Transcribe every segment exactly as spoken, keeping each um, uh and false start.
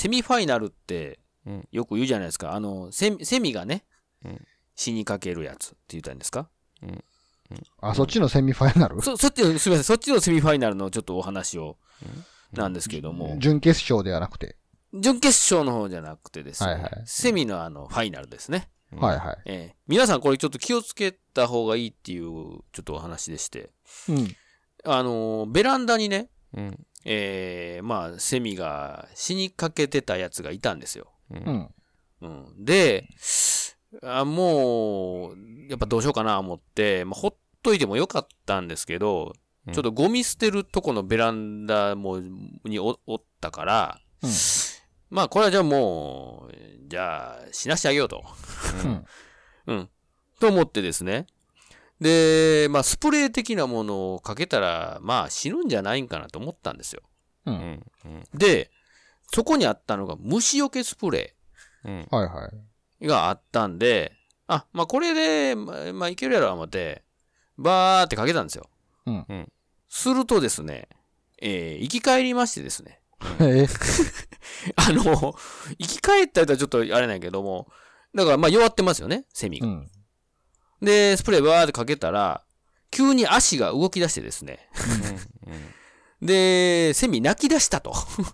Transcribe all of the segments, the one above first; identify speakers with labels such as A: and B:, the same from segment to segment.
A: セミファイナルってよく言うじゃないですか。あのセミ、セミがね、うん、死にかけるやつって言ったんですか、うんうん、
B: あ、そっちのセミファイナル、
A: そ, そっちのすみません、そっちのセミファイナルのちょっとお話を、うん、なんですけども、
B: 準決勝ではなくて、
A: 準決勝の方じゃなくてですね、はいはい、セミのあのファイナルですね。
B: はいはい。
A: えー、皆さんこれちょっと気をつけた方がいいっていうちょっとお話でして、うん、あのベランダにね、うん、えー、まあセミが死にかけてたやつがいたんですよ。うんうん、で、あ、もうやっぱどうしようかな思って、まあ、ほっといてもよかったんですけど、うん、ちょっとゴミ捨てるとこのベランダもに お, おったから、うん、まあこれはじゃあもうじゃあ死なしてあげようと、うんうん、と思ってですね。で、まあスプレー的なものをかけたらまあ死ぬんじゃないんかなと思ったんですよ。うんうん、で、そこにあったのが虫除けスプレー、うん、はいはい、があったんで、あ、まあこれでまあ、まあ、いけるやろ思ってバーってかけたんですよ。うんうん、するとですね、えー、生き返りましてですね。あの生き返ったらちょっとあれなんやけども、だからまあ弱ってますよね、セミが。うん、でスプレーバーってかけたら急に足が動き出してですね。うんうん、でセミ泣き出したと。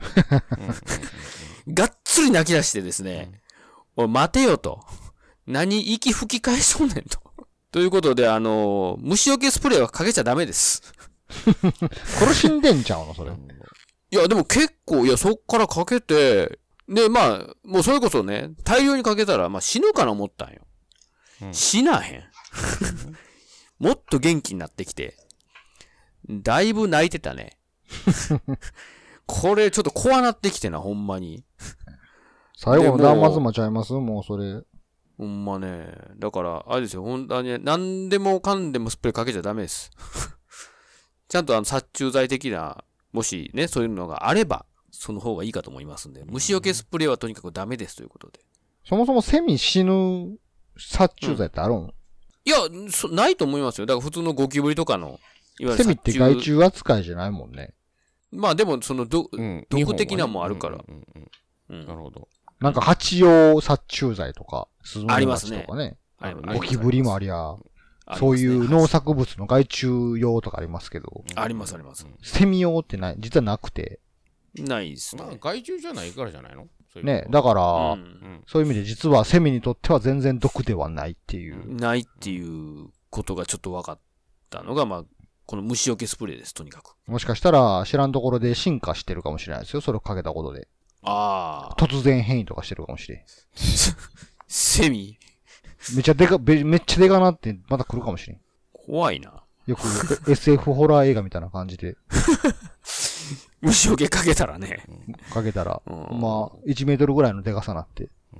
A: がっつり泣き出してですね。うん、おい待てよと。何息吹き返しそうねんと。ということであの虫除けスプレーはかけちゃダメです。
B: 殺しんでんちゃうのそれ。
A: いや、でも結構、いや、そっからかけて、で、まあ、もうそれこそね、大量にかけたら、まあ死ぬかな思ったんよ。うん、死なへん。もっと元気になってきて、だいぶ泣いてたね。これちょっと怖なってきてな、ほんまに。
B: 最後のダーマズマちゃいますもうそれ。
A: ほんまね。だから、あれですよ、ほんとにね、何でもかんでもスプレーかけちゃダメです。ちゃんとあの殺虫剤的な、もしね、そういうのがあれば、その方がいいかと思いますんで、虫除けスプレーはとにかくダメですということで。
B: そもそもセミ死ぬ殺虫剤ってあるん、うん、
A: いやそ、ないと思いますよ。だから普通のゴキブリとかの、
B: いわゆるセミって害虫扱いじゃないもんね。
A: まあでも、そのど、うん、毒的なもあるから。うんうん
B: うんうん、なるほど。なんか蜂用殺虫剤とか、スズメバチとかね。ありますね。ゴキブリもありゃ、そういう農作物の害虫用とかありますけど。
A: ありますあります。
B: セミ用ってない、実はなくて。
A: ないですね。
C: まあ害虫じゃないからじゃないの？
B: ううね、だから、うん、そういう意味で実はセミにとっては全然毒ではないっていう。
A: ないっていうことがちょっと分かったのが、まあ、この虫除けスプレーです、とにかく。
B: もしかしたら知らんところで進化してるかもしれないですよ、それをかけたことで。ああ。突然変異とかしてるかもしれん。
A: セミ
B: めっちゃでか、めっちゃでかなってまた来るかもしれん。
A: 怖いな。
B: よく エスエフ ホラー映画みたいな感じで。
A: 虫除けかけたらね。
B: かけたら、まあ、いちメートルぐらいのでかさなって。うん、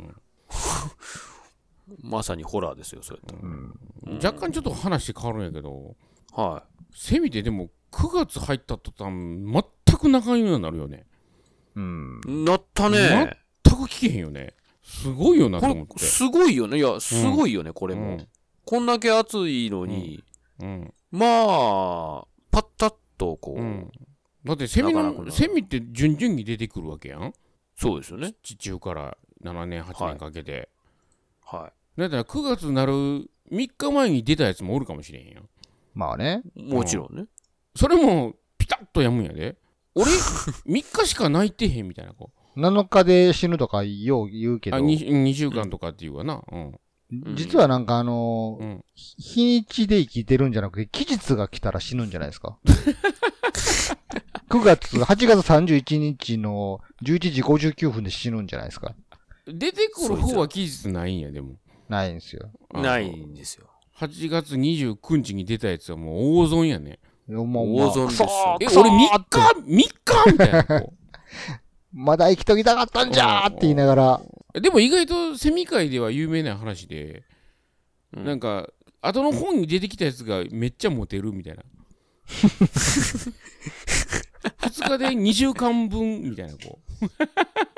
A: まさにホラーですよ、それって、
C: うんうん。若干ちょっと話変わるんやけど、はい。セミってでもくがつ入った途端、全く仲良くなるよね。
A: うん。なったね。
C: 全く聞けへんよね。すごいよなと思って。
A: すごいよね。いや、すごいよね、うん、これも、うん。こんだけ暑いのに、うんうん、まあ、パッタッとこう。うん、
C: だってセミの、セミって順々に出てくるわけやん。
A: そうですよね。
C: 地中からななねん、はちねんかけて。
A: はい。はい、
C: だからくがつになるみっかまえに出たやつもおるかもしれへんやん。
B: まあね。
A: もちろんね。
C: それもピタッとやむんやで。俺、みっかしか泣いてへんみたいな子。
B: なのかで死ぬとかよう言うけど。
C: あ、に, にしゅうかんとかっていうわな。うん。
B: 実はなんかあのーうん、日にちで生きてるんじゃなくて、期日が来たら死ぬんじゃないですか。くがつ、はちがつさんじゅういちにちのじゅういちじごじゅうきゅうふんで死ぬんじゃないですか。
C: 出てくる方は期日ないんや、でも。
B: ないんですよ。
A: ないんですよ。
C: はちがつにじゅうくにちに出たやつはもう大損やね。
A: 大損ですよ。
C: え、俺みっか ?みっ 日みたいな子。
B: まだ生きときたかったんじゃーって言いながら。
C: でも意外とセミ界では有名な話で、うん、なんか、後の本に出てきたやつがめっちゃモテるみたいな。ふつかでにしゅうかんぶんみたいな子。